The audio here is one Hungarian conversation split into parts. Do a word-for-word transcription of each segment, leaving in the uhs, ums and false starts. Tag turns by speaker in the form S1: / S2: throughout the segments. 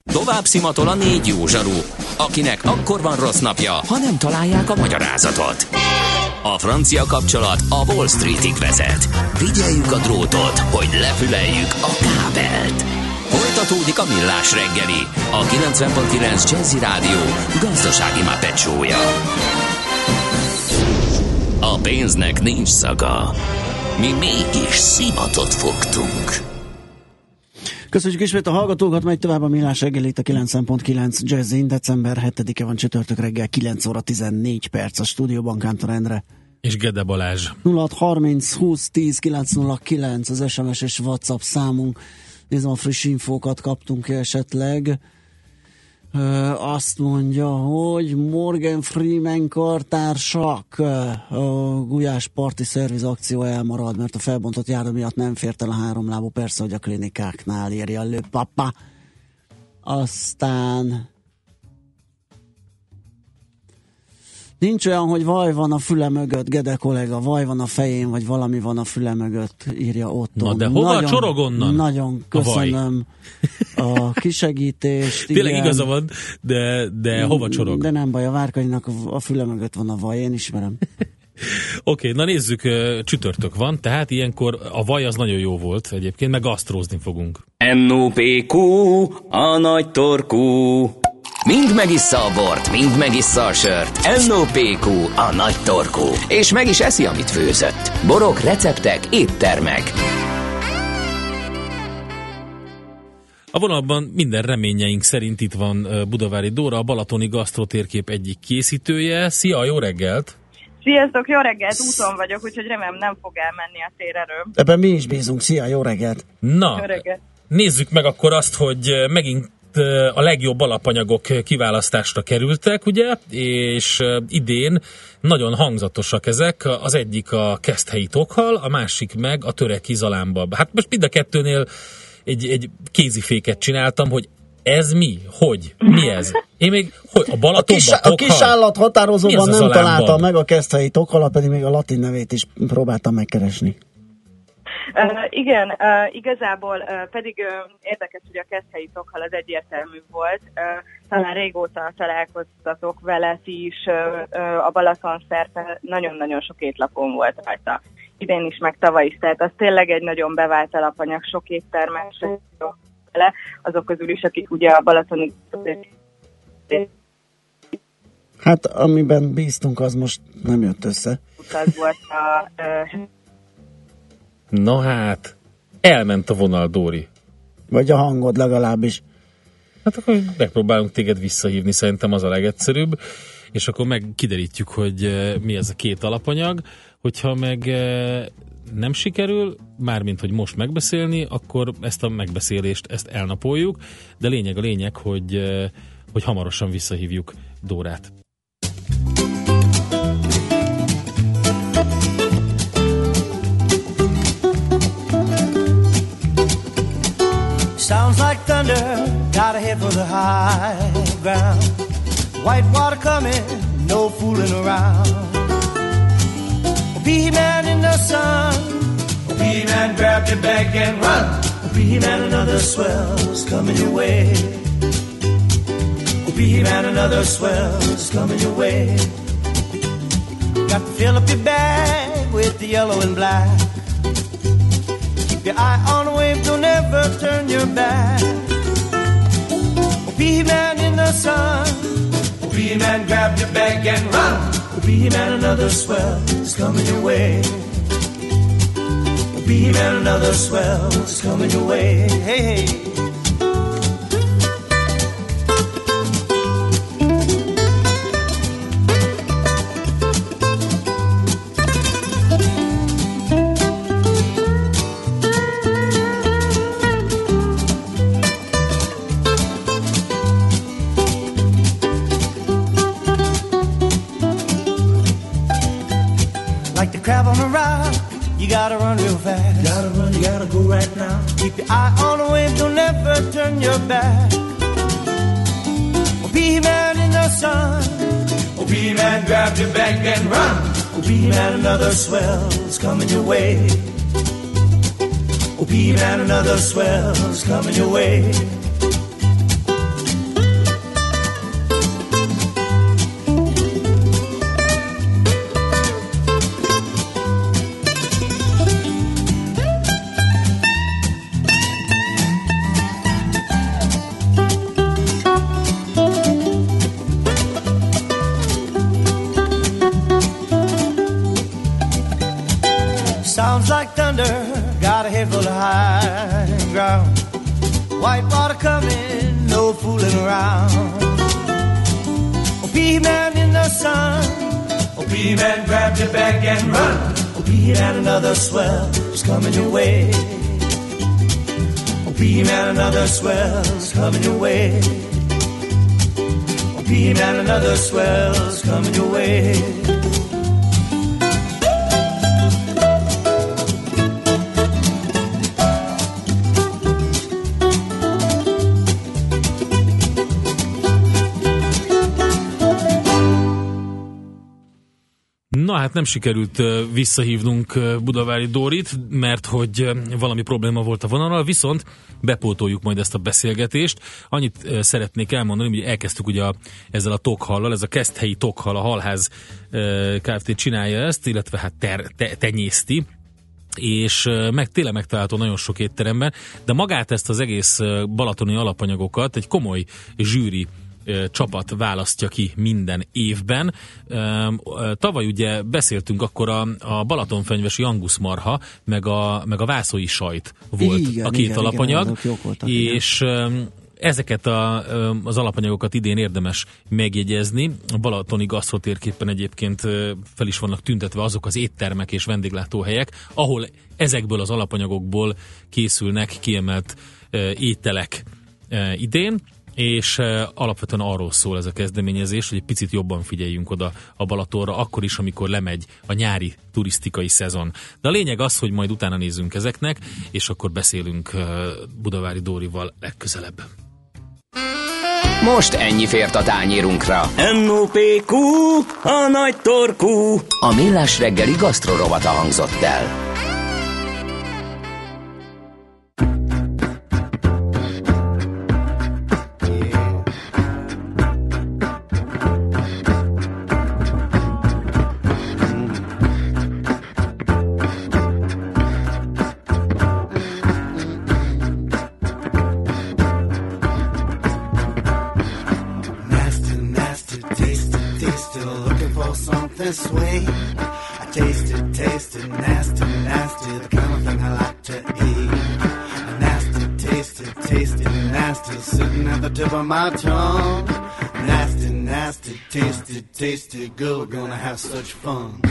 S1: Tovább szimatol a négy jó zsaru, akinek akkor van rossz napja, ha nem találják a magyarázatot. A francia kapcsolat a Wall Streetig vezet. Figyeljük a drótot, hogy lefüleljük a kábelt. Folytatódik a Millás reggeli, a kilencven pont kilenc Jazzy Rádió gazdasági Muppet show-ja. A pénznek nincs szaga. Mi mégis szimatot fogtunk.
S2: Köszönjük ismét a hallgatókat, megy tovább a Millás reggel itt a kilencven pont kilenc Jazzin. December hetedike van, csütörtök reggel, kilenc óra tizennégy perc a stúdióban. Kántor Endre
S3: és Gede Balázs.
S2: nulla hat harminc húsz tíz kilenc nulla kilenc az es em es és WhatsApp számunk. Nézem, a friss infókat kaptunk esetleg. Ö, azt mondja, hogy Morgan Freeman kartársak, a Gulyás parti szerviz akció elmarad, mert a felbontott járda miatt nem fért el a háromlábú, persze, hogy a klinikáknál írja Le Papa. Aztán nincs olyan, hogy vaj van a füle mögött, Gede kollega, vaj van a fején, vagy valami van a füle mögött, írja Otto.
S3: Na de hova
S2: nagyon,
S3: csorog onnan?
S2: Nagyon köszönöm a, a kisegítést.
S3: Tényleg igaza van, de, de hova csorog?
S2: De nem baj, a Várkanyinak a füle mögött van a vaj, én ismerem.
S3: Oké, okay, na nézzük, csütörtök van, tehát ilyenkor a vaj az nagyon jó volt egyébként, meg gasztrózni fogunk.
S1: em o pé kú, a nagy torkú. Mind megissza a bort, mind megissza a sört. em o pé kú, a nagy torkú. És meg is eszi, amit főzött. Borok, receptek, éttermek.
S3: A vonalban minden reményeink szerint itt van Budavári Dóra, a Balatoni Gasztrotérkép egyik készítője. Szia, jó reggelt!
S4: Sziasztok, jó reggelt, úton vagyok, úgyhogy remélem nem fog elmenni a térerő.
S2: Ebben mi is bízunk, szia, jó reggelt!
S3: Na,
S4: jó reggelt.
S3: Nézzük meg akkor azt, hogy megint a legjobb alapanyagok kiválasztásra kerültek, ugye, és idén nagyon hangzatosak ezek, az egyik a keszthelyi tokhal, a másik meg a töreki zalánba. Hát most mind a kettőnél egy, egy kéziféket csináltam, hogy ez mi? Hogy? Mi ez? Én még, hogy a Balatonba
S2: a kis,
S3: tokhal?
S2: A kis állat határozóban nem találtam meg a keszthelyi tokhal, pedig még a latin nevét is próbáltam megkeresni.
S4: Uh, igen, uh, igazából uh, pedig uh, érdekes, hogy a keszthelyi tokhal az egyértelmű volt. Uh, talán régóta találkoztatok vele ti is uh, uh, a Balaton szerte, nagyon-nagyon sok étlapon volt rajta. Idén is, meg tavaly is, tehát az tényleg egy nagyon bevált alapanyag, sok éttermes vele, azok közül is, akik ugye a balatoni...
S2: Hát amiben bíztunk, az most nem jött össze.
S4: Az volt a... Uh,
S3: Na hát, elment a vonal, Dóri.
S2: Vagy a hangod legalábbis.
S3: Hát akkor megpróbálunk téged visszahívni, szerintem az a legegyszerűbb, és akkor meg kiderítjük, hogy mi ez a két alapanyag. Hogyha meg nem sikerül, mármint, hogy most megbeszélni, akkor ezt a megbeszélést, ezt elnapoljuk, de lényeg a lényeg, hogy, hogy hamarosan visszahívjuk Dórát.
S5: Sounds like thunder, gotta head for the high ground. White water coming, no fooling around. Bee-man in the sun, Bee-man grab your bag and run. Bee-man, another swell's coming your way. Bee-man, another swell's coming your way. Got to fill up your bag with the yellow and black. Your eye on the wave, don't ever turn your back. Oh, Bee-man in the sun. Oh, Bee-man, grab your bag and run. Oh, Bee-man, another swell is coming your way. Oh, Bee-man, another swell is coming your way. Hey, hey. Crab on a rock, you gotta run real fast. You gotta run, you gotta go right now. Keep your eye on the wave, don't ever turn your back. Oh, Bee-man in the sun. Oh, Bee-man, grab your bag and run. Oh, Bee-man, another swell's coming your way. Oh, Bee-man, another swell's coming your way. no fooling around. Oh, P-Man in the sun. Oh, P-Man, grab your bag and run. Oh, P-Man, another swell is coming your way. Oh, P-Man, another swell is coming your way. Oh, P-Man, another swell is coming your way.
S3: Na hát nem sikerült visszahívnunk Budavári Dórit, mert hogy valami probléma volt a vonalral, viszont bepótoljuk majd ezt a beszélgetést. Annyit szeretnék elmondani, hogy elkezdtük ugye a, ezzel a tokhallal, ez a Keszthelyi Tokhal, a Halház Kft. Csinálja ezt, illetve hát ter, te, tenyészti, és meg tényleg megtalálható nagyon sok étteremben, de magát ezt az egész balatoni alapanyagokat egy komoly zsűri csapat választja ki minden évben. Tavaly ugye beszéltünk, akkor a, a balatonfenyvesi anguszmarha, meg a, meg a vászói sajt volt igen, a két igen, alapanyag, igen, voltak, és igen. Ezeket a, az alapanyagokat idén érdemes megjegyezni. A balatoni gasztrotérképen egyébként fel is vannak tüntetve azok az éttermek és vendéglátóhelyek, ahol ezekből az alapanyagokból készülnek kiemelt ételek idén, és alapvetően arról szól ez a kezdeményezés, hogy egy picit jobban figyeljünk oda a Balatonra, akkor is, amikor lemegy a nyári turisztikai szezon. De a lényeg az, hogy majd utána nézzünk ezeknek, és akkor beszélünk Budavári Dórival legközelebb.
S1: Most ennyi fért a tányérunkra.
S6: em o pé kú, a nagy torkú.
S1: A Millás reggeli gasztrorovata hangzott el.
S5: Sweet. I tasted, tasted, nasty, nasty, the kind of thing I like to eat. Nasty, tasted, tasted, nasty, sitting at the tip of my tongue. Nasty, nasty, tasted, tasted, good, we're gonna have such fun.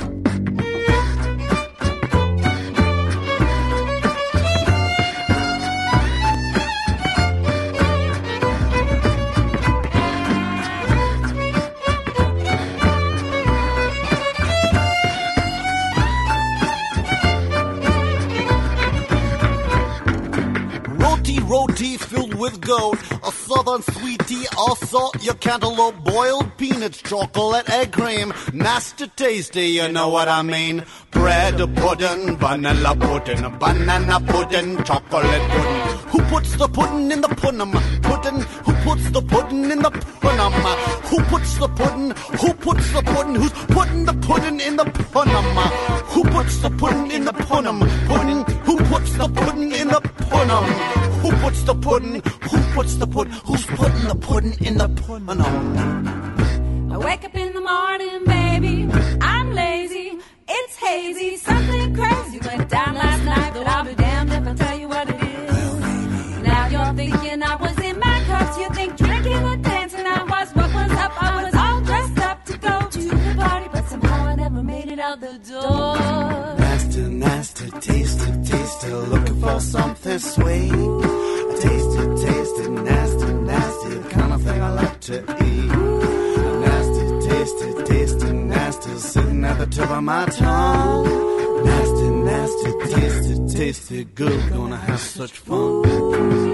S5: Roti filled with gold, a southern sweetie, also your cantaloupe, boiled peanuts, chocolate, egg cream, nasty tasty, you know what I mean. Bread pudding, vanilla pudding, banana pudding, chocolate pudding. Who puts the pudding in the pudding? Pudding. Who puts the pudding in the pudding? Who puts the pudding? Who puts the pudding? Who's putting the pudding in the pudding? Who puts the pudding in the pudding? Pudding. Who puts the pudding in the pudding? Who puts the pudding? Who puts the pudding? Who's putting the pudding in the pudding?
S7: I wake up in the morning, baby. I'm lazy. It's hazy. Something crazy went down last night, but I'll be damned if I tell you what it is. Now you're thinking I was in my cups. You think drinking and dancing I was. What was up? I was all dressed up to go to the party, but somehow I never made it out the door.
S5: Nasty, nasty, tasty, tasty, looking for something sweet. Tasty, tasty, nasty, nasty, the kind of thing I like to eat. Nasty, tasty, tasty, nasty, sitting at the tip of my tongue. Nasty, nasty, tasty, tasty, good, gonna have such fun.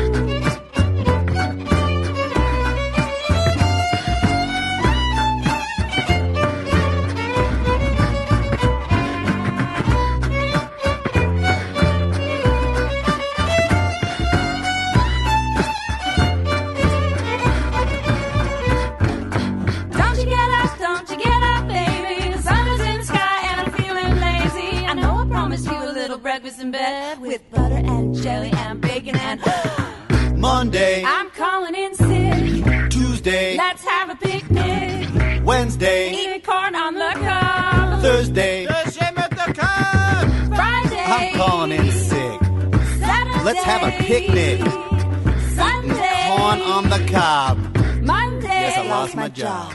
S7: In bed with butter and jelly and bacon and
S5: Monday,
S7: I'm calling in sick.
S5: Tuesday,
S7: let's have a picnic.
S5: Wednesday,
S7: eating corn on the cob.
S5: Thursday,
S7: Friday,
S5: I'm calling in sick.
S7: Saturday,
S5: let's have a picnic.
S7: Sunday,
S5: corn on the cob.
S7: Monday,
S5: Yes, I lost my job.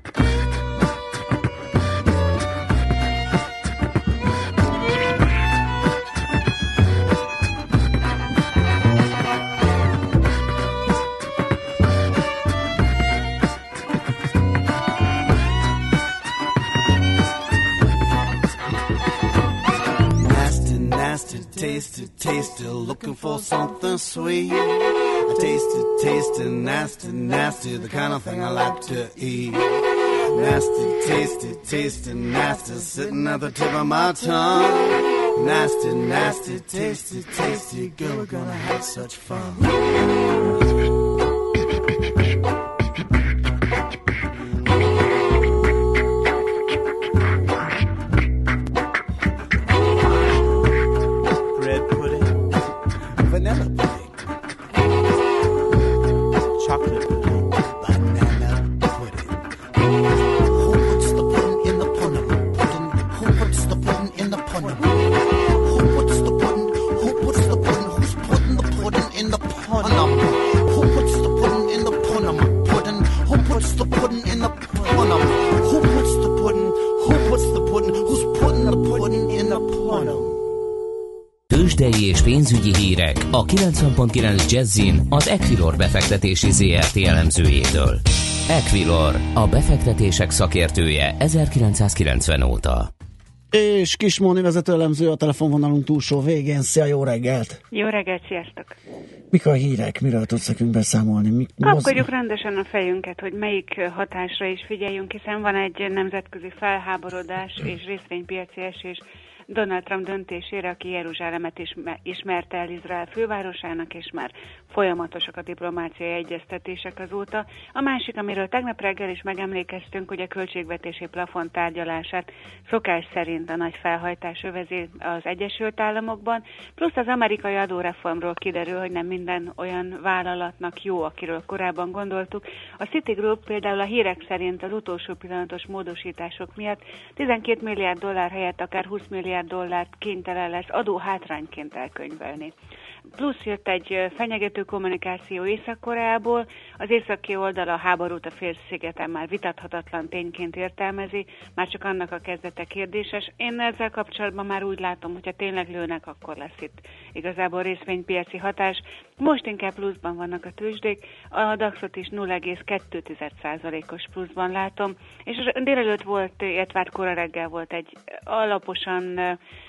S5: Tasty, tasty, looking for something sweet. I tasted, tasted, nasty, nasty, the kind of thing I like to eat. Nasty, tasty, tasty, nasty, sitting at the tip of my tongue. Nasty, nasty, tasty, tasty, girl, we're gonna have such fun.
S1: Tőzsdei és pénzügyi hírek a kilencven pont kilenc Jazzin az Equilor befektetési zé er té elemzőjétől. Equilor, a befektetések szakértője ezerkilencszázkilencven óta.
S2: És Kismóni vezető elemző a telefonvonalunk túlsó végén. Szia, jó reggelt!
S8: Jó reggelt, sziasztok!
S2: Mik a hírek? Miről tudsz nekünk beszámolni? Mi,
S8: Kapkodjuk rendesen a fejünket, hogy melyik hatásra is figyeljünk, hiszen van egy nemzetközi felháborodás és részvénypiaci esés Donald Trump döntésére, aki Jeruzsálemet ismerte el Izrael fővárosának, és már folyamatosak a diplomáciai egyeztetések azóta. A másik, amiről tegnap reggel is megemlékeztünk, hogy a költségvetési plafon tárgyalását szokás szerint a nagy felhajtás övezi az Egyesült Államokban, plusz az amerikai adóreformról kiderül, hogy nem minden olyan vállalatnak jó, akiről korábban gondoltuk. A Citigroup például a hírek szerint az utolsó pillanatos módosítások miatt tizenkét milliárd dollár helyett akár húsz milliárd dollárt kénytelen lesz adó hátrányként elkönyvelni. Plusz jött egy fenyegető kommunikáció Észak-Koreából, az északi oldal a háborút a félszigeten már vitathatatlan tényként értelmezi, már csak annak a kezdete kérdéses. Én ezzel kapcsolatban már úgy látom, hogyha tényleg lőnek, akkor lesz itt igazából részvénypiaci hatás. Most inkább pluszban vannak a tőzsdék, a daxot is nulla egész kettő százalékos pluszban látom, és délelőtt volt, illetve kora reggel volt egy alaposan,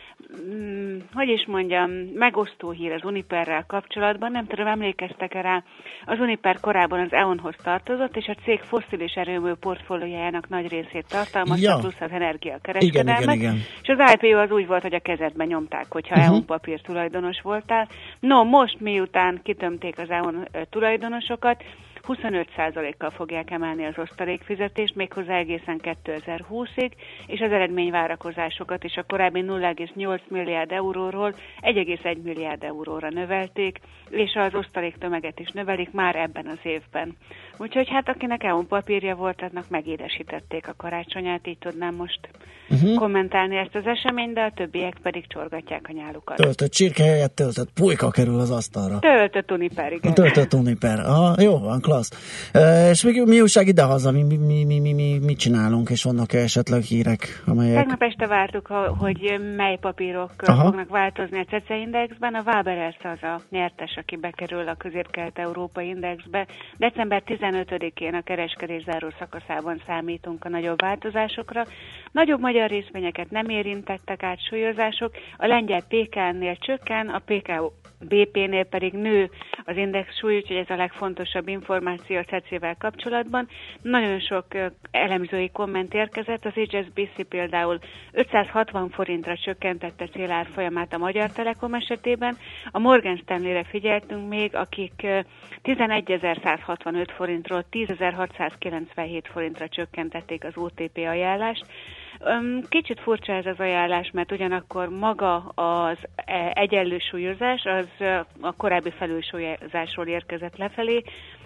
S8: hogy is mondjam, megosztó hír az Uniperrel kapcsolatban. Nem tudom, emlékeztek-e rá, az Uniper korábban az é o en-hoz tartozott, és a cég fosszilis erőmű portfóliójának nagy részét tartalmazta, ja. plusz az energiakereskedelmet. Igen, igen, igen. És az i pé o az úgy volt, hogy a kezedben nyomták, hogyha uh-huh. é o en papír tulajdonos voltál. No, most miután kitömték az é o en tulajdonosokat, huszonöt százalékkal fogják emelni az osztalékfizetést, méghozzá egészen kétezer-húszig, és az eredményvárakozásokat is a korábbi nulla egész nyolc milliárd euróról egy egész egy milliárd euróra növelték, és az osztaléktömeget is növelik már ebben az évben. Úgyhogy hát akinek é o en papírja volt, annak megédesítették a karácsonyát, így tudnám most uh-huh. kommentálni ezt az eseményt, de a többiek pedig csorgatják a nyálukat.
S2: Töltött csirke helyett töltött pulyka kerül az asztalra.
S8: Töltött Uniper, igen.
S2: Töltött Uniper. Ah, jó van, klassz. E, és mi, mi újság idehaza? Mi, mi, mi, mi, mi, mi, mit csinálunk, és vannak-e esetleg hírek, amelyek...
S8: Tegnap este vártuk, hogy mely papírok Aha. fognak változni a cé e cé indexben. A Waberers az a nyertes, aki bekerül a Közép-Kelet-Európai indexbe. december tizenötödikén a kereskedés záró szakaszában számítunk a nagyobb változásokra. Nagyobb magyar részvényeket nem érintettek át súlyozások, a lengyel pé ká-nél csökken, a pé ká bé pé-nél pedig nő az index súly, úgyhogy ez a legfontosabb információ a cé e cé-vel kapcsolatban. Nagyon sok elemzői komment érkezett, az há es bé cé például ötszázhatvan forintra csökkentette célárfolyamát a Magyar Telekom esetében, a Morgan Stanley-re figyeltünk még, akik tizenegyezer-százhatvanöt forintról tízezer-hatszázkilencvenhét forintra csökkentették az o té pé ajánlást. Kicsit furcsa ez az ajánlás, mert ugyanakkor maga az egyenlő súlyozás, az a korábbi felülsúlyozásról érkezett lefelé.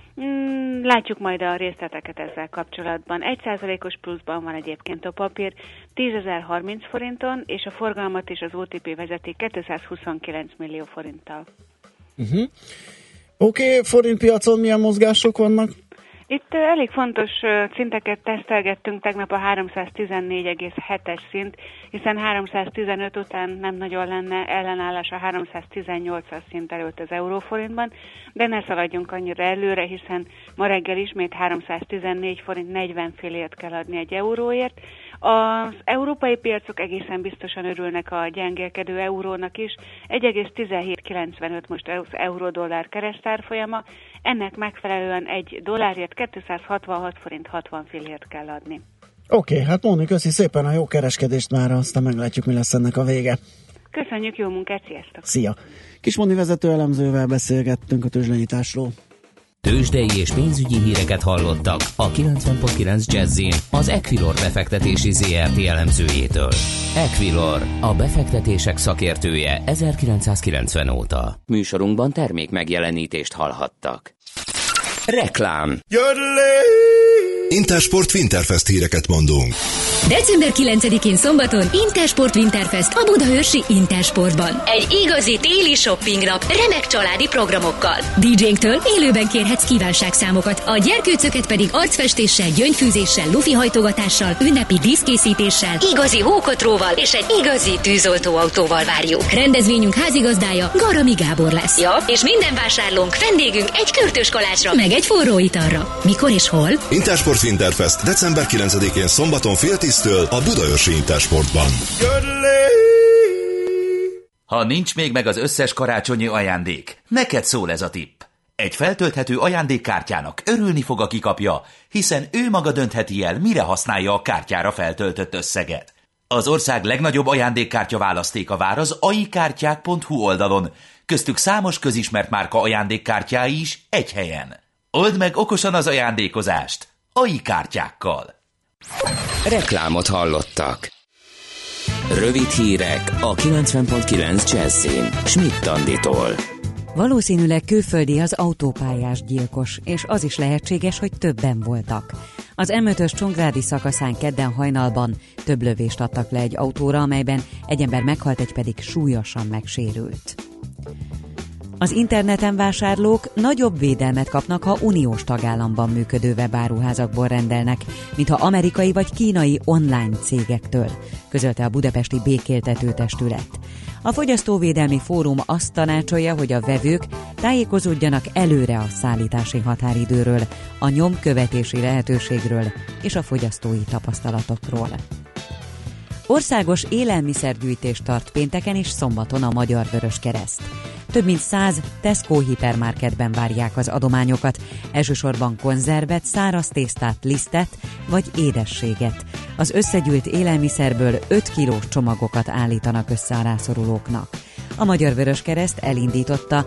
S8: Látjuk majd a részleteket ezzel kapcsolatban. Egy százalékos pluszban van egyébként a papír tízezer-harminc forinton, és a forgalmat is az o té pé vezeti kétszázhuszonkilenc millió forinttal.
S2: Uh-huh. Oké, okay, forintpiacon milyen mozgások vannak?
S8: Itt elég fontos szinteket tesztelgettünk tegnap, a háromszáztizennégy egész hetes szint, hiszen háromszáztizenöt után nem nagyon lenne ellenállás a háromszáztizennyolcas szint előtt az euróforintban, de ne szaladjunk annyira előre, hiszen ma reggel ismét háromszáztizennégy forint negyven fillért kell adni egy euróért. Az európai piacok egészen biztosan örülnek a gyengélkedő eurónak is, egy egész tizenhét kilencvenöt most az euró-dollár keresztárfolyama, ennek megfelelően egy dollárért kétszázhatvanhat forint hatvan fillért kell adni.
S2: Oké, okay, hát Móni, köszi szépen a jó kereskedést már, aztán meglátjuk, mi lesz ennek a vége.
S8: Köszönjük, jó munkát, sziasztok!
S2: Szia! Kismondi vezető elemzővel beszélgettünk a tőzsdenyításról.
S1: Tőzsdei és pénzügyi híreket hallottak a kilencven pont kilenc Jazzin az Equilor befektetési zé er té elemzőjétől. Equilor, a befektetések szakértője ezerkilencszázkilencven óta. Műsorunkban termék megjelenítést hallhattak. Reklám.
S9: Intersport Winterfest híreket mondunk.
S10: december kilencedikén szombaton Intersport Winterfest a budaörsi Intersportban. Egy igazi téli shoppingnap remek családi programokkal. dé jénktől élőben kérhetsz kívánságszámokat, a gyerkőcöket pedig arcfestéssel, gyöngyfűzéssel, lufihajtogatással, ünnepi díszkészítéssel, igazi hókotróval és egy igazi tűzoltóautóval várjuk. Rendezvényünk házigazdája Garami Gábor lesz. Ja, és minden vásárlónk vendégünk egy kürtös kalácsra, meg egy forró italra. Mikor és hol?
S9: Intersport Winterfest december kilencedikén szombaton fél tíztől a budaörsi Intersportban.
S11: Ha nincs még meg az összes karácsonyi ajándék, neked szól ez a tipp. Egy feltölthető ajándékkártyának örülni fog, aki kapja, hiszen ő maga döntheti el, mire használja a kártyára feltöltött összeget. Az ország legnagyobb ajándékkártya választéka vár az aikártyák pont hu oldalon, köztük számos közismert márka ajándékkártyái is egy helyen. Old meg okosan az ajándékozást á i kártyákkal.
S1: Reklámot hallottak. Rövid hírek a kilencven pont kilenc Jazzin Schmidt Anditól.
S12: Valószínűleg külföldi az autópályás gyilkos, és az is lehetséges, hogy többen voltak. Az em ötös Csongrádi szakaszán kedden hajnalban több lövést adtak le egy autóra, amelyben egy ember meghalt, egy pedig súlyosan megsérült. Az interneten vásárlók nagyobb védelmet kapnak, ha uniós tagállamban működő webáruházakból rendelnek, mintha amerikai vagy kínai online cégektől, közölte a budapesti békéltető testület. A Fogyasztóvédelmi Fórum azt tanácsolja, hogy a vevők tájékozódjanak előre a szállítási határidőről, a nyomkövetési lehetőségről és a fogyasztói tapasztalatokról. Országos élelmiszergyűjtést tart pénteken és szombaton a Magyar Vöröskereszt. Több mint száz Tesco hipermarketben várják az adományokat, elsősorban konzervet, száraz tésztát, lisztet vagy édességet. Az összegyűjt élelmiszerből öt kilós csomagokat állítanak össze a rászorulóknak. A Magyar Vöröskereszt elindította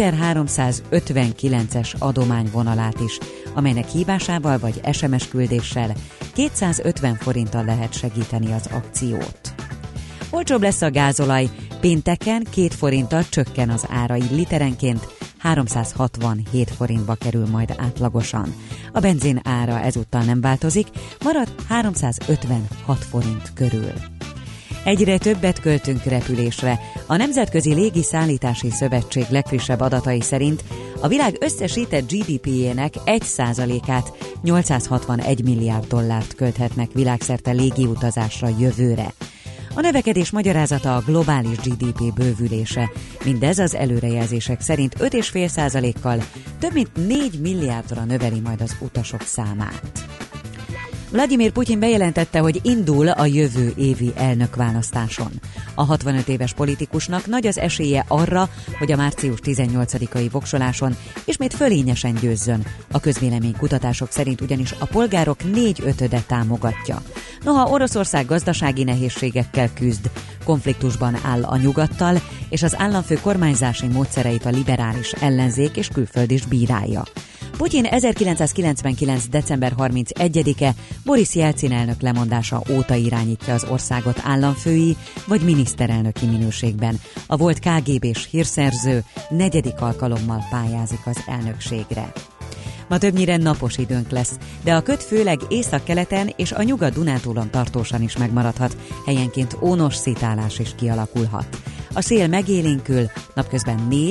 S12: ezerháromszázötvenkilences adományvonalát is, amelynek hívásával vagy es em es küldéssel kétszázötven forinttal lehet segíteni az akciót. Olcsóbb lesz a gázolaj, pénteken két forinttal csökken az ára, így literenként háromszázhatvanhét forintba kerül majd átlagosan. A benzin ára ezúttal nem változik, marad háromszázötvenhat forint körül. Egyre többet költünk repülésre. A Nemzetközi Légiszállítási Szövetség legfrissebb adatai szerint a világ összesített gé dé pé-jének egy százalékát, nyolcszázhatvanegy milliárd dollárt költhetnek világszerte légiutazásra jövőre. A növekedés magyarázata a globális gé dé pé bővülése. Mindez az előrejelzések szerint öt egész öt százalékkal több mint négy milliárdra növeli majd az utasok számát. Vladimir Putyin bejelentette, hogy indul a jövő évi elnökválasztáson. A hatvanöt éves politikusnak nagy az esélye arra, hogy a március tizennyolcadikai voksoláson ismét fölényesen győzzön. A közvéleménykutatások szerint ugyanis a polgárok négy-ötöde támogatja. Noha Oroszország gazdasági nehézségekkel küzd, konfliktusban áll a nyugattal, és az államfő kormányzási módszereit a liberális ellenzék és külföld is bírálja. Putyin ezerkilencszázkilencvenkilenc. december harmincegyedike Boris Jelcin elnök lemondása óta irányítja az országot államfői vagy miniszterelnöki minőségben. A volt ká gé bés hírszerző negyedik alkalommal pályázik az elnökségre. Ma többnyire napos időnk lesz, de a köd főleg északkeleten és a Nyugat-Dunántúlon tartósan is megmaradhat, helyenként ónos szitálás is kialakulhat. A szél megélénkül, napközben négy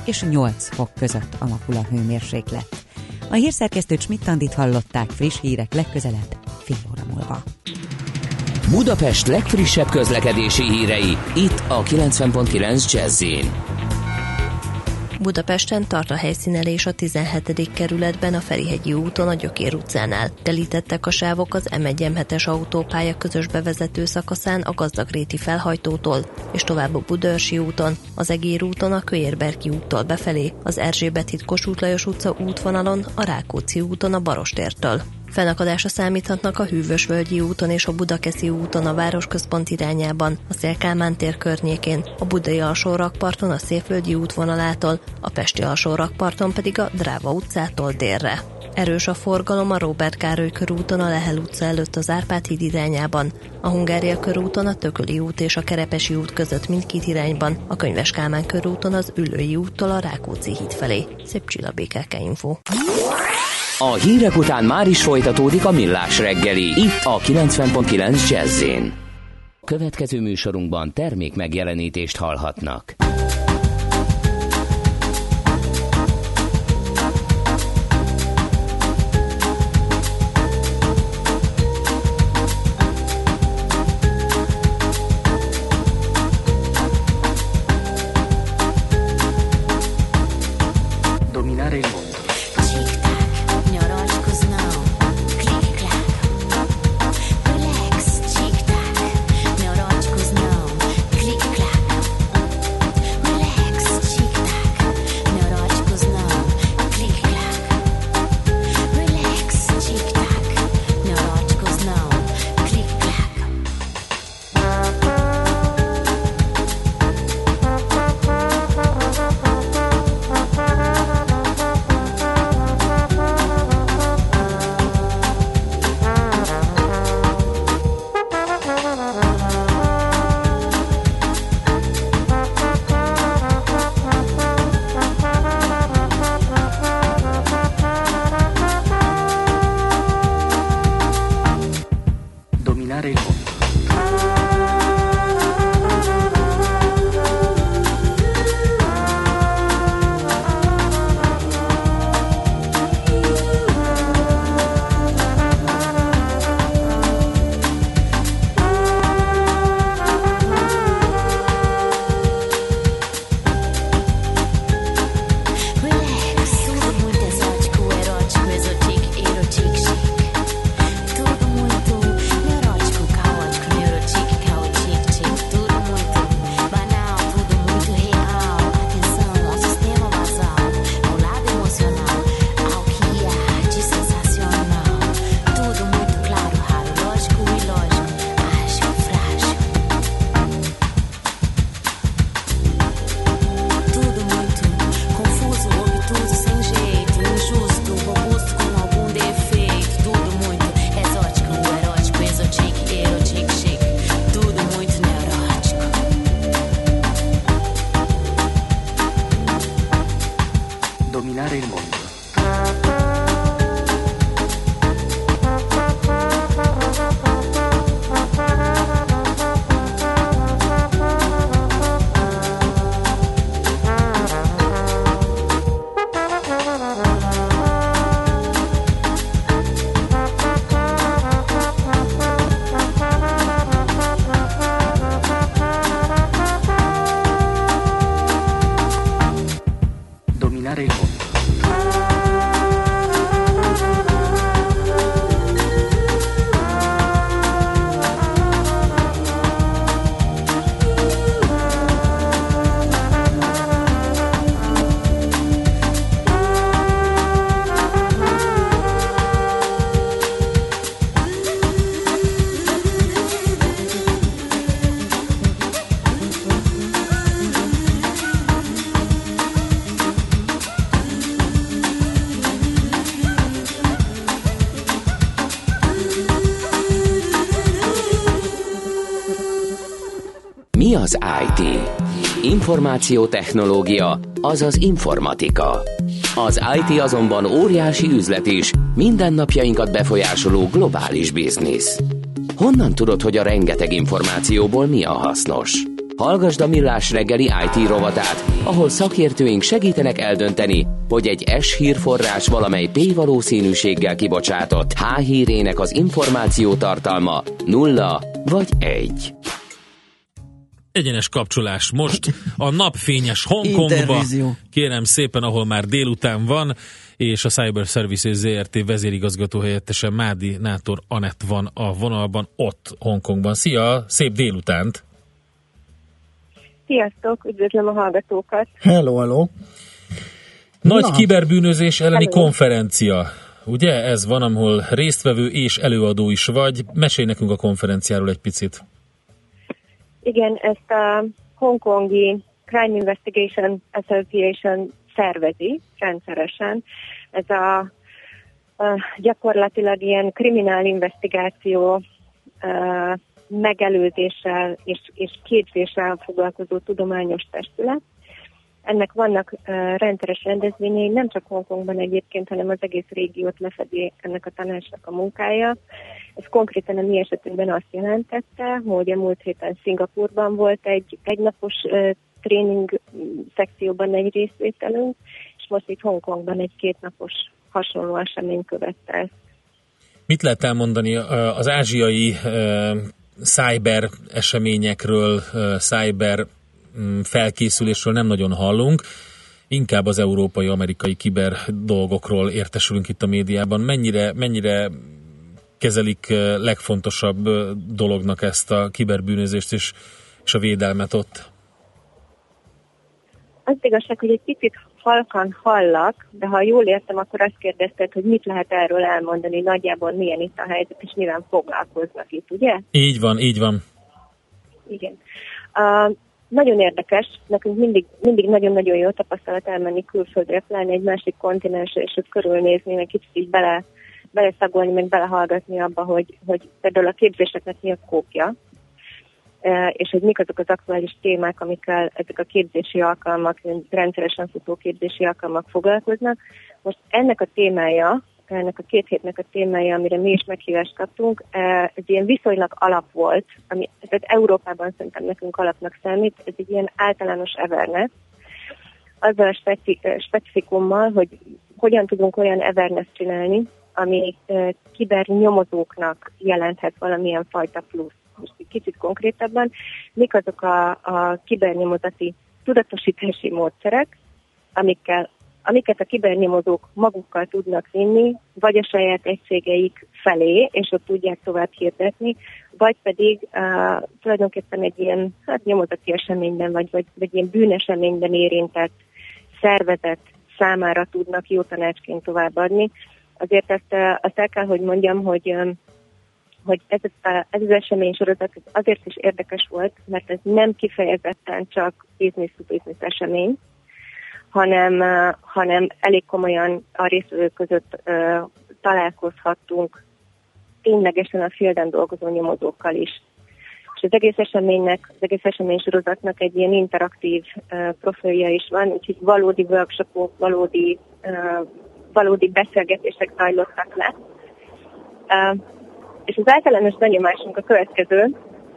S12: és nyolc fok között alakul a hőmérséklet. A hírszerkesztő Schmidt-Andit hallották, friss hírek legközelebb fél óra múlva.
S1: Budapest legfrissebb közlekedési hírei, itt a kilencven pont kilenc Jazz-in.
S13: Budapesten tart a helyszínelés a tizenhetedik kerületben a Ferihegyi úton a Gyökér utcánál. Telítettek a sávok az em egy em hetes autópálya közös bevezető szakaszán a Gazdagréti felhajtótól, és tovább a Budaörsi úton, az Egér úton a Kőérberki úttól befelé, az Erzsébet híd Kossuth Lajos utca útvonalon, a Rákóczi úton a Barostértől. Fennakadásra számíthatnak a Hűvösvölgyi úton és a Budakeszi úton a városközpont irányában, a Széll-Kálmán tér környékén, a Budai alsórakparton a Szépvölgyi útvonalától, a Pesti alsórakparton pedig a Dráva utcától délre. Erős a forgalom a Róbert Károly körúton a Lehel utca előtt az Árpád híd irányában, a Hungária körúton a Tököli út és a Kerepesi út között mindkét irányban, a Könyves Kálmán körúton az Üllői úttól a Rákóczi híd felé. Szép Csilla, bé ká ká Info.
S1: A hírek után már is folytatódik a Millás reggeli, itt a kilencven pont kilenc Jazz-in. Következő műsorunkban termék megjelenítést hallhatnak.
S14: Dominare il mondo.
S1: Mi az i té? Információtechnológia, azaz informatika. Az i té azonban óriási üzlet is, mindennapjainkat befolyásoló globális biznisz. Honnan tudod, hogy a rengeteg információból mi a hasznos? Hallgasd a Millás reggeli í té rovatát, ahol szakértőink segítenek eldönteni, hogy egy S hírforrás valamely P valószínűséggel kibocsátott H hírének az információ tartalma nulla vagy egy.
S3: Egyenes kapcsolás most a napfényes Hongkongba, kérem szépen, ahol már délután van, és a Cyber Services zé er té vezérigazgató helyettese Mádi Nátor Anett van a vonalban, ott Hongkongban. Szia, szép délutánt!
S14: Sziasztok, üdvözlöm a hallgatókat!
S2: Hello, hello!
S3: Nagy
S2: Na.
S3: kiberbűnözés elleni
S14: Hello.
S3: konferencia. Ugye ez van, ahol résztvevő és előadó is vagy. Mesélj nekünk a konferenciáról egy picit.
S14: Igen, ezt a hongkongi Crime Investigation Association szervezi rendszeresen. Ez a, a gyakorlatilag ilyen kriminál investigáció a, megelőzéssel és, és képzéssel foglalkozó tudományos testület. Ennek vannak uh, rendszeres rendezvényei, nem csak Hongkongban egyébként, hanem az egész régiót lefedi ennek a tanácsnak a munkája. Ez konkrétan a mi esetünkben azt jelentette, hogy a múlt héten Szingapurban volt egy egynapos uh, tréning szekcióban egy részvételünk, és most itt Hongkongban egy kétnapos hasonló esemény követte ezt.
S3: Mit lehet elmondani az ázsiai uh, cyber eseményekről, uh, cyber felkészülésről nem nagyon hallunk, inkább az európai-amerikai kiber dolgokról értesülünk itt a médiában. Mennyire, mennyire kezelik legfontosabb dolognak ezt a kiberbűnözést és, és a védelmet ott?
S14: Az igazság, hogy egy picit halkan hallak, de ha jól értem, akkor azt kérdezted, hogy mit lehet erről elmondani, nagyjából milyen itt a helyzet, és mivel foglalkoznak itt, ugye?
S3: Így van, így van.
S14: Igen. Uh, Nagyon érdekes, nekünk mindig, mindig nagyon-nagyon jó tapasztalat elmenni külföldre, pláne egy másik kontinensre, és ott körülnézni, meg kicsit így bele, beleszagolni, meg belehallgatni abba, hogy, hogy például a képzéseknek mi a kópja, és hogy mik azok az aktuális témák, amikkel ezek a képzési alkalmak, rendszeresen futó képzési alkalmak foglalkoznak. Most ennek a témája, ennek a két hétnek a témája, amire mi is meghívást kaptunk, ez ilyen viszonylag alap volt, ami tehát Európában szerintem nekünk alapnak számít, ez egy ilyen általános awareness, azzal a speci- specifikummal, hogy hogyan tudunk olyan awareness csinálni, ami kibernyomozóknak jelenthet valamilyen fajta plusz. Most egy kicsit konkrétabban, mik azok a, a kibernyomozati tudatosítási módszerek, amikkel amiket a kibernyomozók magukkal tudnak vinni, vagy a saját egységeik felé, és ott tudják tovább hirdetni, vagy pedig uh, tulajdonképpen egy ilyen hát, nyomozati eseményben, vagy, vagy, vagy ilyen bűneseményben érintett szervezet számára tudnak jó tanácsként továbbadni. Azért ezt, uh, azt el kell, hogy mondjam, hogy, um, hogy ez, a, ez az esemény sorozat azért is érdekes volt, mert ez nem kifejezetten csak business to business esemény, hanem, uh, hanem elég komolyan a résztvevők között uh, találkozhattunk ténylegesen a fielden dolgozó nyomozókkal is. És az egész eseménynek, az egész esemény sorozatnak egy ilyen interaktív uh, profilja is van, úgyhogy valódi workshopok, valódi, uh, valódi beszélgetések zajlottak le. Uh, és az általános benyomásunk a következő,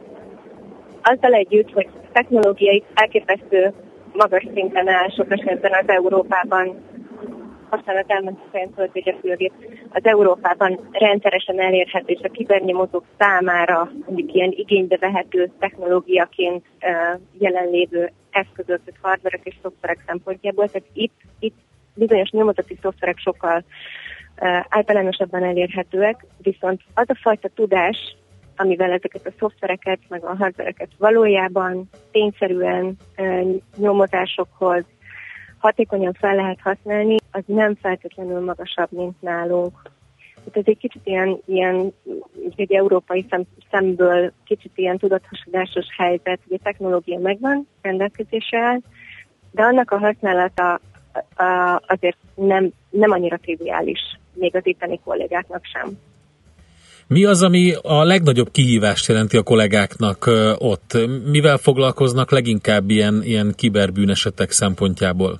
S14: azzal együtt, hogy technológiai elképesztő magas szinten áll sok esetben az Európában, használat elment a fejemtöltőgy a fülgép, az Európában rendszeresen elérhető és a kibernyomozók számára mondjuk ilyen igénybe vehető technológiaként uh, jelenlévő eszközök, hardverek és szoftverek szempontjából. Tehát itt, itt bizonyos nyomozati szoftverek sokkal uh, általánosabban elérhetőek, viszont az a fajta tudás, amivel ezeket a szoftvereket, meg a hardvereket valójában tényszerűen e, nyomozásokhoz hatékonyan fel lehet használni, az nem feltétlenül magasabb, mint nálunk. Hát ez egy kicsit ilyen, ilyen egy európai szem, szemből kicsit ilyen tudatosodásos helyzet, hogy a technológia megvan, rendelkezésre áll, de annak a használata a, azért nem, nem annyira triviális, még az itteni kollégáknak sem.
S3: Mi az, ami a legnagyobb kihívást jelenti a kollégáknak ott? Mivel foglalkoznak leginkább ilyen, ilyen kiberbűnesetek szempontjából?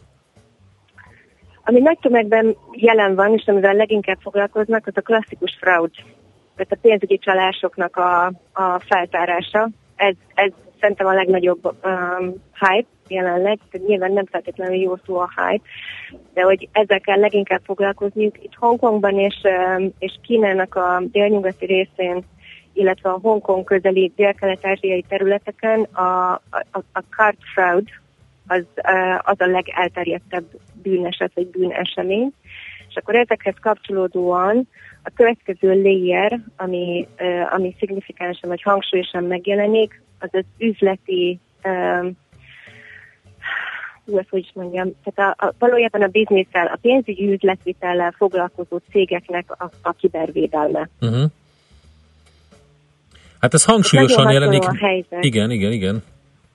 S14: Ami nagy tömegben jelen van, és amivel leginkább foglalkoznak, az a klasszikus fraud, tehát a pénzügyi csalásoknak a, a feltárása. Ez, ez szerintem a legnagyobb um, hype jelenleg, tehát nyilván nem feltétlenül jó szó a hype, de hogy ezzel kell leginkább foglalkozniuk. Itt Hongkongban és, um, és Kínának a délnyugati részén, illetve a Hongkong közeli dél-kelet-ázsiai területeken a, a, a card fraud az, az a legelterjedtebb bűneset vagy bűnesemény. És akkor ezekhez kapcsolódóan a következő layer, ami, ami szignifikánsan vagy hangsúlyosan megjelenik, az az üzleti, hú, ezt hogy is mondjam, tehát a, a, valójában a bizniszsel, a pénzügyi üzletvitellel foglalkozó cégeknek a, a kibervédelme.
S3: Uh-huh. Hát ez hangsúlyosan jelenik.
S14: Igen,
S3: igen, igen.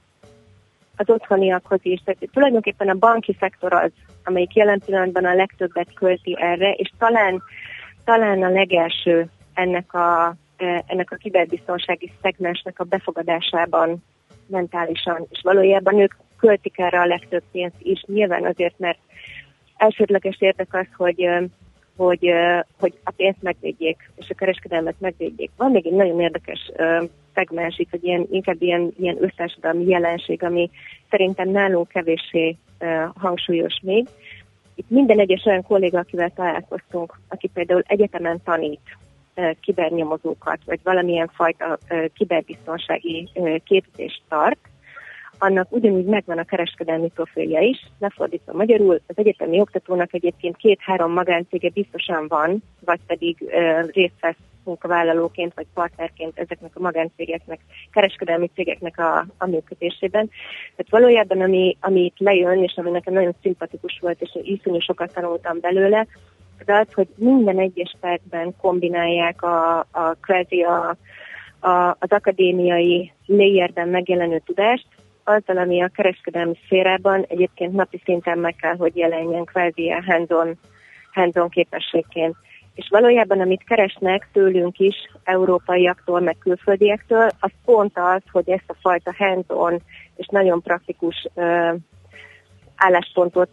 S14: Az otthoniakhoz is. Tehát tulajdonképpen a banki szektor az, amelyik jelen pillanatban a legtöbbet költi erre, és talán, talán a legelső ennek a, ennek a kiberbiztonsági szegmensnek a befogadásában mentálisan. És valójában ők költik erre a legtöbb pénzt is, nyilván azért, mert elsődleges érdek az, hogy Hogy, hogy a pénzt megvédjék, és a kereskedelmet megvédjék. Van még egy nagyon érdekes uh, szegmens itt, hogy ilyen, inkább ilyen, ilyen össztársadalmi jelenség, ami szerintem nálunk kevéssé uh, hangsúlyos még. Itt minden egyes olyan kolléga, akivel találkoztunk, aki például egyetemen tanít uh, kibernyomozókat, vagy valamilyen fajta uh, kiberbiztonsági uh, képzést tart, annak ugyanúgy megvan a kereskedelmi profilja is, lefordítva magyarul, az egyetemi oktatónak egyébként két-három magáncége biztosan van, vagy pedig uh, részt vesz munkavállalóként, vagy partnerként ezeknek a magáncégeknek, kereskedelmi cégeknek a, a működésében. Tehát valójában, ami, ami itt lejön, és ami nekem nagyon szimpatikus volt, és iszonyú sokat tanultam belőle, az az, hogy minden egyes percben kombinálják a, a kvázi a, a, az akadémiai layerben megjelenő tudást, azzal, ami a kereskedelmi szférában egyébként napi szinten meg kell, hogy jelenjen kvázi ilyen hands-on, hands-on képességként. És valójában, amit keresnek tőlünk is, európaiaktól, meg külföldiektől, az pont az, hogy ezt a fajta hands-on és nagyon praktikus uh, álláspontot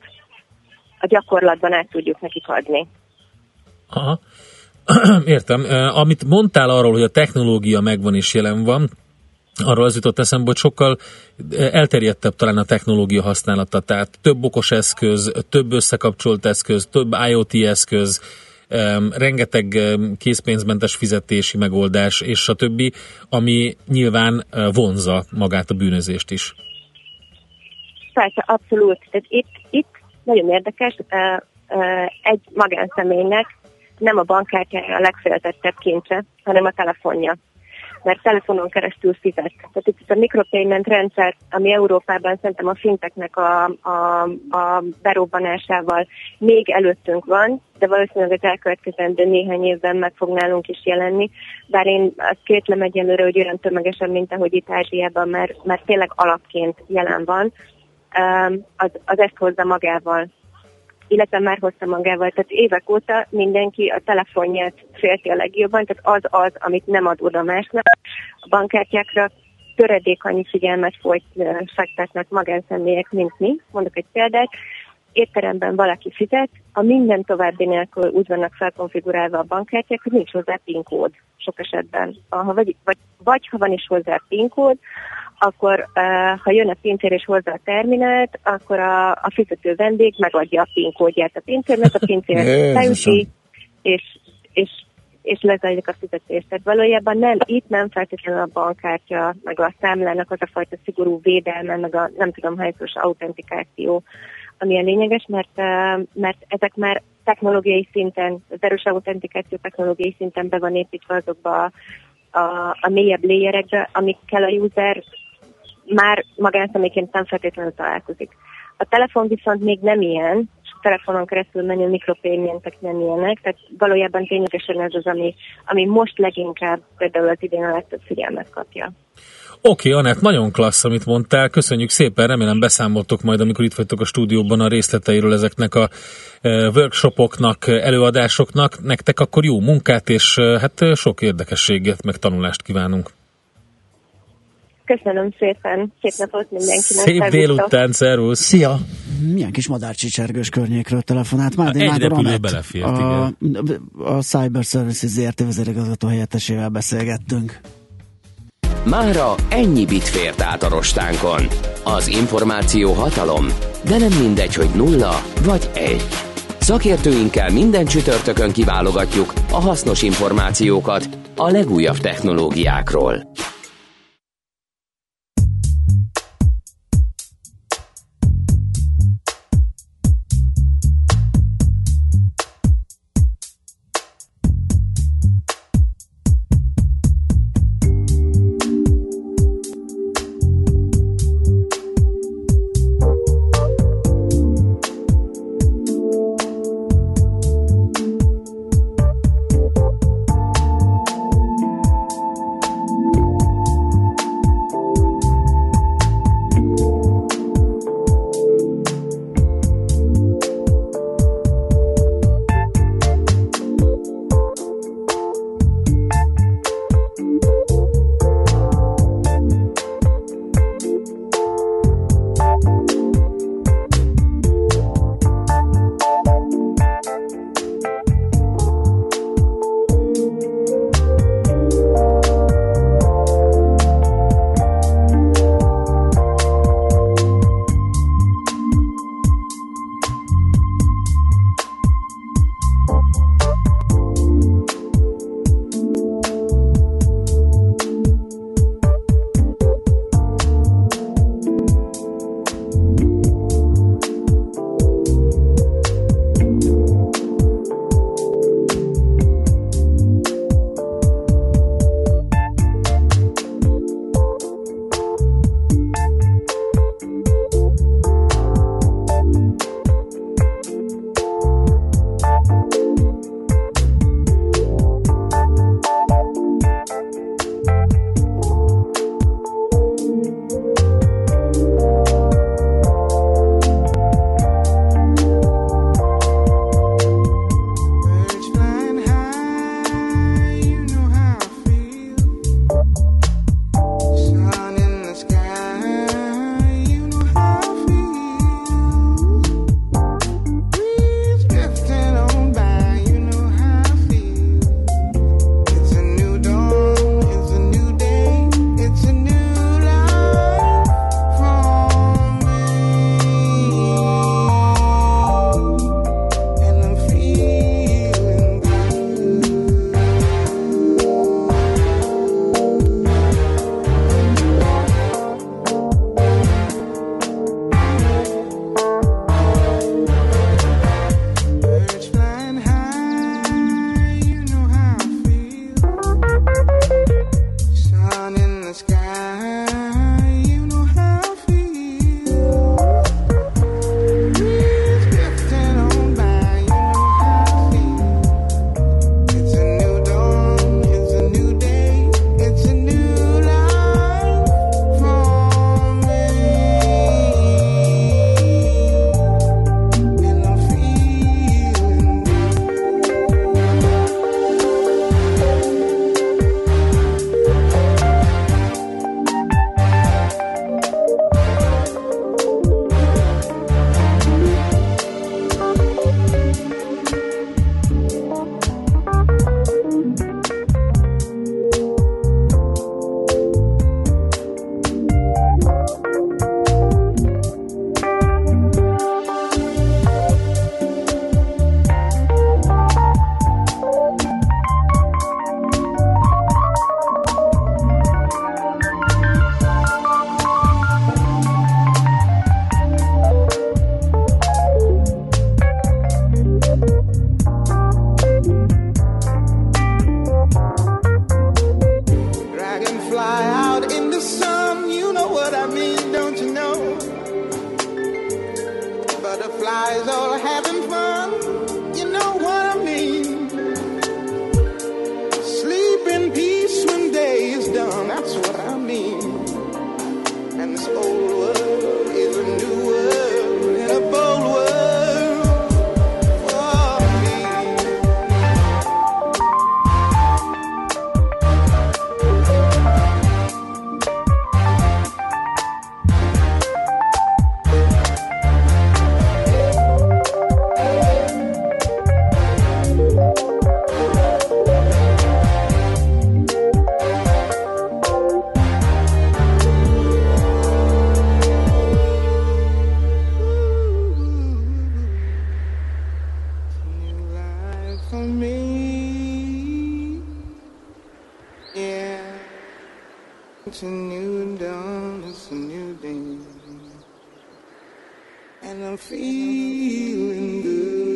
S14: a gyakorlatban át tudjuk nekik adni.
S3: Aha. Értem. Uh, amit mondtál arról, hogy a technológia megvan és jelen van, arról az jutott eszembe, hogy sokkal elterjedtebb talán a technológia használata, tehát több okos eszköz, több összekapcsolt eszköz, több IoT eszköz, um, rengeteg um, készpénzmentes fizetési megoldás, és stb., ami nyilván uh, vonzza magát a bűnözést is.
S14: Persze, abszolút. Tehát itt, itt nagyon érdekes, uh, uh, egy magánszemélynek nem a bankkártyája a legféltettebb kincse, hanem a telefonja, mert telefonon keresztül fizet. Tehát itt a micropayment rendszer, ami Európában szerintem a finteknek a, a, a berobbanásával még előttünk van, de valószínűleg az elkövetkezendő néhány évben meg fog nálunk is jelenni. Bár én azt kétlem egyelőre, hogy olyan tömegesen, mint ahogy itt Ázsiában, mert, mert tényleg alapként jelen van, az, az ezt hozza magával. Illetve már hozta magával, tehát évek óta mindenki a telefonját félti a legjobban, tehát az az, amit nem ad oda másnak. A bankkártyákra töredék annyi figyelmet folyt fektetnek magánszemélyek, mint mi. Mondok egy példát, étteremben valaki fizet, a minden további nélkül úgy vannak felkonfigurálva a bankkártyák, hogy nincs hozzá PIN kód sok esetben. Ha vagy, vagy, vagy ha van is hozzá PIN kód, akkor uh, ha jön a pincér és hozza a terminált, akkor a, a fizető vendég megadja a PIN kódját a pincérnek, a pincér leüti, és, és, és lezajlik a fizetés. Tehát valójában nem, itt nem feltétlenül a bankkártya, meg a számlának az a fajta szigorú védelme, meg a nem tudom hányszós autentikáció, ami a lényeges, mert, uh, mert ezek már technológiai szinten, az erős autentikáció technológiai szinten be van építve azokba a, a, a mélyebb layerekbe, amikkel a user már magánszemélyként nem feltétlenül találkozik. A telefon viszont még nem ilyen, és a telefonon keresztül menő mikropaymentek nem ilyenek, tehát valójában ténylegesen ez az, ami, ami most leginkább például az idén a legtöbb figyelmet kapja.
S3: Oké, okay, Anett, nagyon klassz, amit mondtál, köszönjük szépen, remélem beszámoltok majd, amikor itt vagytok a stúdióban a részleteiről ezeknek a workshopoknak, előadásoknak. Nektek akkor jó munkát, és hát sok érdekességet, meg tanulást kívánunk.
S14: Köszönöm szépen, szép napot mindenkinek.
S3: Szép délután, szervusz!
S2: Szia! Milyen kis madárcsicsergős környékről telefonált már?
S3: Egy repülő belefért,
S2: a,
S3: igen.
S2: A Cyber Services zé er té vezérigazgató helyettesével beszélgettünk.
S1: Mára ennyi bit fért át a rostánkon. Az információ hatalom, de nem mindegy, hogy nulla vagy egy. Szakértőinkkel minden csütörtökön kiválogatjuk a hasznos információkat a legújabb technológiákról.
S15: It's a new dawn, it's a new day, and I'm feeling good.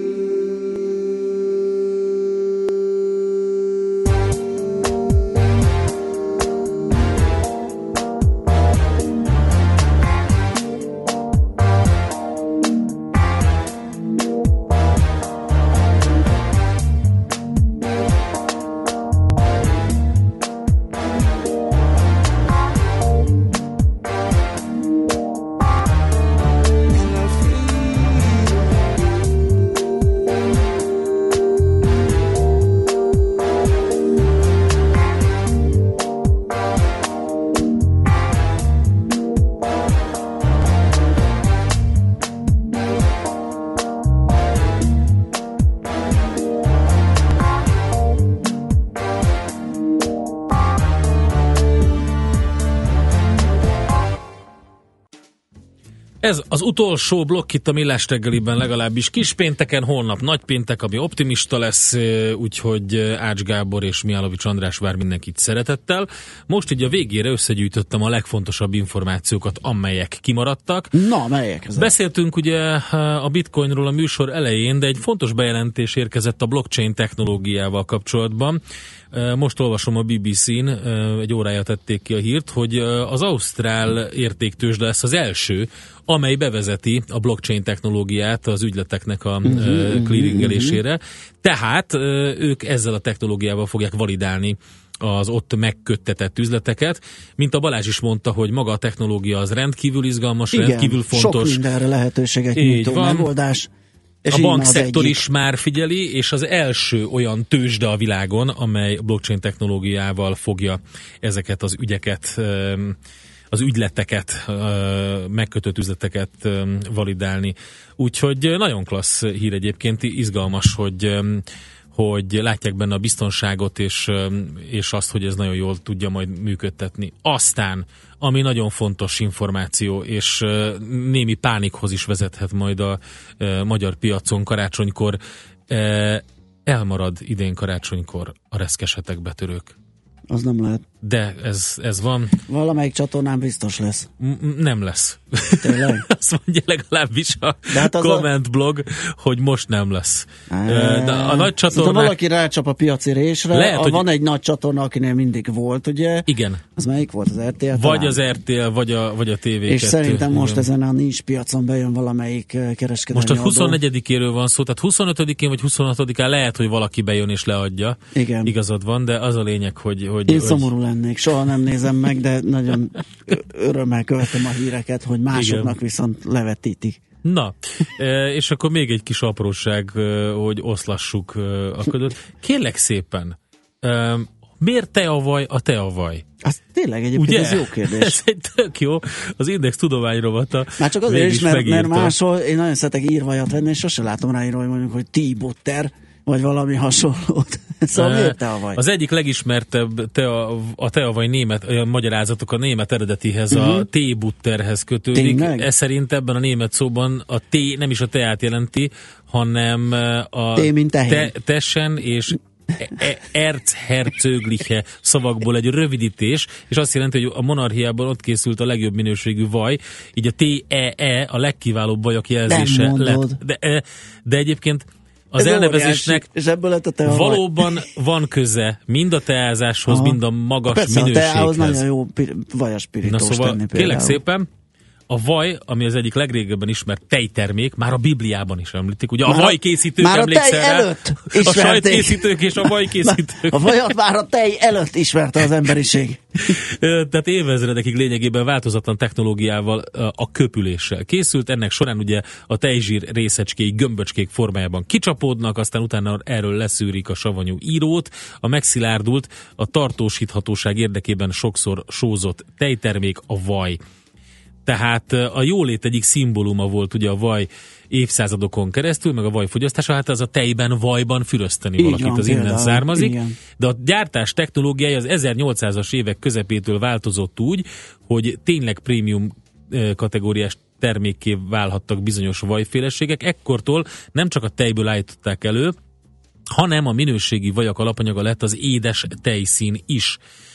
S3: Ez az utolsó blokk itt a Millás reggeliben, legalábbis kispénteken, holnap nagypéntek, ami optimista lesz, úgyhogy Ács Gábor és Mihálovics András vár mindenkit szeretettel. Most így a végére összegyűjtöttem a legfontosabb információkat, amelyek kimaradtak.
S2: Na, melyek ezek?
S3: Beszéltünk ugye a bitcoinról a műsor elején, de egy fontos bejelentés érkezett a blockchain technológiával kapcsolatban. Most olvasom a bé bé cén, egy órája tették ki a hírt, hogy az ausztrál értéktőzsde lesz az első, amely bevezeti a blockchain technológiát az ügyleteknek a uh-huh, clearingelésére. Tehát ők ezzel a technológiával fogják validálni az ott megköttetett üzleteket. Mint a Balázs is mondta, hogy maga a technológia az rendkívül izgalmas, igen, rendkívül fontos.
S2: Sok mindenre lehetőséget nyújtó megoldás.
S3: És a bankszektor is már figyeli, és az első olyan tőzsde a világon, amely blockchain technológiával fogja ezeket az ügyeket, az ügyleteket, megkötött üzleteket validálni. Úgyhogy nagyon klassz hír egyébként, izgalmas, hogy hogy látják benne a biztonságot, és, és azt, hogy ez nagyon jól tudja majd működtetni. Aztán, ami nagyon fontos információ, és némi pánikhoz is vezethet majd a magyar piacon karácsonykor, elmarad idén karácsonykor a reszkesetek betörők.
S2: Az nem lehet.
S3: De ez, ez van.
S2: Valamelyik csatornán biztos lesz.
S3: M- nem lesz.
S2: Tényleg?
S3: Azt mondja legalábbis a
S2: hát
S3: comment a... blog, hogy most nem lesz. De a nagy csatornák...
S2: Ha valaki rácsap a piaci résre, lehet, a, hogy... van egy nagy csatorna, akinél mindig volt, ugye?
S3: Igen.
S2: Az melyik volt? Az er té el?
S3: Vagy
S2: talán?
S3: az er té el, vagy a, vagy a té vé kettő.
S2: És szerintem most igen. Ezen a nincs piacon bejön valamelyik kereskedelmi
S3: most a huszonnegyedikéről van szó, tehát huszonötödikén vagy huszonhatodikán lehet, hogy valaki bejön és leadja.
S2: Igen.
S3: Igazad van, de az a lényeg, hogy... hogy
S2: Én
S3: hogy...
S2: szomorú lennék, soha nem nézem meg, de nagyon örömmel követem a híreket, hogy másoknak igen. Viszont levetítik.
S3: Na, és akkor még egy kis apróság, hogy oszlassuk a ködöt. Kérlek szépen, miért teavaj a teavaj?
S2: Az tényleg egyébként ugye? Ez jó kérdés.
S3: Ez egy tök jó. Az Index tudományrovata.
S2: Már csak azért is, mert, mert máshol én nagyon szeretek írvajat venni, és sose látom rá írva, hogy mondjuk, hogy tea butter, vagy valami hasonlót. Szóval uh, miért teavaj?
S3: Az egyik legismertebb tea, a teavaj német, olyan magyarázatok a német eredetihez, uh-huh. a teebutterhez kötődik. Tényleg? Ez szerint ebben a német szóban a té nem is a teát jelenti, hanem a te, tessen és e- erzherzögliche szavakból egy rövidítés, és azt jelenti, hogy a monarchiában ott készült a legjobb minőségű vaj, így a té e e a legkiválóbb vajak jelzése lett. De, de egyébként az ez elnevezésnek valóban van köze mind a teázáshoz, aha. mind a magas persze, minőséghez.
S2: Persze, a teához nagyon jó vajaspirítós
S3: Na szóval
S2: tenni
S3: kérlek szépen, a vaj, ami az egyik legrégebben ismert tejtermék, már a Bibliában is említik. Ugye már a vajkészítők
S2: már
S3: emlékszel
S2: a tej
S3: rá?
S2: Előtt
S3: a sajtkészítők és a vajkészítők.
S2: A vajat már a tej előtt ismerte az emberiség.
S3: Tehát évezredekig lényegében változatlan technológiával, a köpüléssel készült. Ennek során ugye a tejzsír részecskéi gömböcskék formájában kicsapódnak, aztán utána erről leszűrik a savanyú írót. A megszilárdult, a tartósíthatóság érdekében sokszor sózott tejtermék a vaj. Tehát a jólét egyik szimbóluma volt ugye a vaj évszázadokon keresztül, meg a vajfogyasztása, hát az a tejben, vajban fürözteni így valakit, van, az innen származik. Igen. De a gyártás technológiája az ezernyolcszázas évek közepétől változott úgy, hogy tényleg prémium kategóriás termékké válhattak bizonyos vajféleségek. Ekkortól nem csak a tejből állították elő, hanem a minőségi vajak alapanyaga lett az édes tejszín is.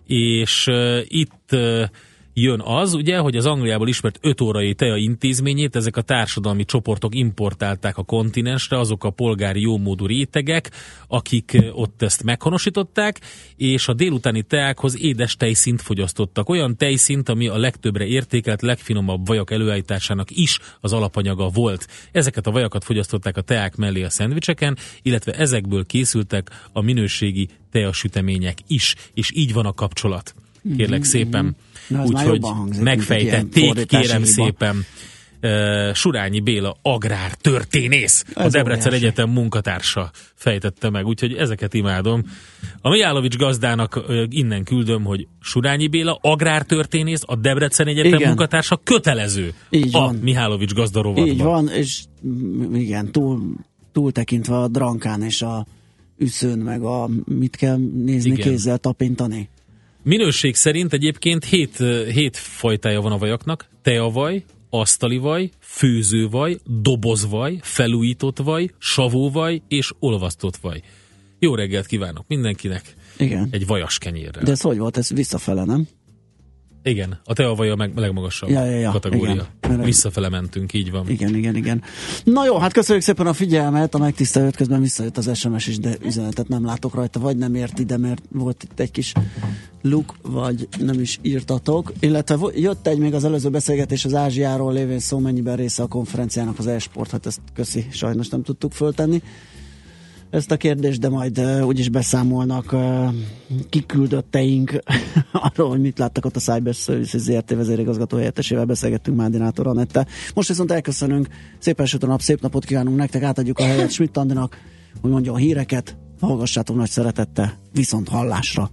S3: és uh, itt uh, jön az, ugye, hogy az Angliából ismert öt órai tea intézményét ezek a társadalmi csoportok importálták a kontinensre, azok a polgári jómódú rétegek, akik ott ezt meghonosították, és a délutáni teákhoz édes tejszínt fogyasztottak. Olyan tejszínt, ami a legtöbbre értékelt, legfinomabb vajak előállításának is az alapanyaga volt. Ezeket a vajakat fogyasztották a teák mellé a szendvicseken, illetve ezekből készültek a minőségi teasütemények is, és így van a kapcsolat. Kérlek szépen. Úgyhogy megfejtették, kérem szépen, uh, Surányi Béla agrártörténész, a Debrecen Egyetem munkatársa fejtette meg, úgyhogy ezeket imádom. A Mijálovics gazdának uh, innen küldöm, hogy Surányi Béla agrártörténész, a Debrecen Egyetem igen. munkatársa kötelező így a van. Mihálovics gazda rovatban.
S2: Így van, és igen, túl, túl tekintve a drankán és a üszőn, meg a mit kell nézni, igen. kézzel tapintani.
S3: Minőség szerint egyébként hét, hét fajtája van a vajaknak. Teavaj, asztalivaj, főzővaj, dobozvaj, felújított vaj, savóvaj és olvasztott vaj. Jó reggelt kívánok mindenkinek.
S2: Igen.
S3: Egy vajas kenyérrel.
S2: De ez hogy volt? Ez visszafele, nem?
S3: Igen, a teavaj a meg, legmagasabb
S2: ja, ja, ja.
S3: kategória.
S2: Igen.
S3: Visszafele mentünk, így van.
S2: Igen, igen, igen. Na jó, hát köszönjük szépen a figyelmet, a megtisztelőt, közben visszajött az es em es is, de üzenetet nem látok rajta, vagy nem ért ide, mert volt itt egy kis luk, vagy nem is írtatok. Illetve jött egy még az előző beszélgetés az Ázsiáról lévén szó, mennyiben része a konferenciának az e-sport, hát ezt köszi, sajnos nem tudtuk föltenni ezt a kérdést, de majd uh, úgyis beszámolnak uh, kiküldötteink arról, hogy mit láttak ott a Cyber Services zé er té vezérigazgató helyettesével beszélgettünk Márdinátor Anette. Most viszont elköszönünk, szépen süt a nap, szép napot kívánunk nektek, átadjuk a helyet Schmidt Andinak, hogy mondjon híreket, hallgassátok nagy szeretettel, viszont hallásra!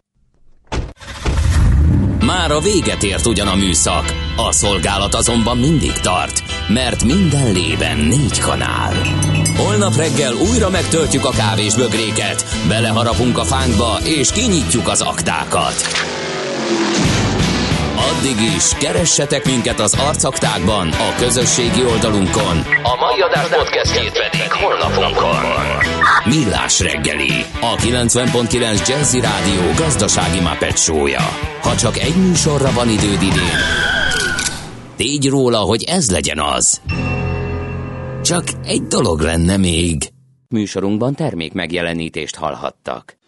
S1: Már a véget ért ugyan a műszak, a szolgálat azonban mindig tart, mert minden lében négy kanál. Holnap reggel újra megtöltjük a kávésbögréket, beleharapunk a fánkba és kinyitjuk az aktákat. Addig is keressetek minket az arcaktákban, a közösségi oldalunkon, a mai adás podcastjét pedig honlapunkon. Millás reggeli, a kilencven pont kilenc Jazzy Rádió gazdasági Muppet show-ja. Ha csak egy műsorra van időd idén, tégy róla, hogy ez legyen az. Csak egy dolog lenne még. Műsorunkban termék megjelenítést hallhattak.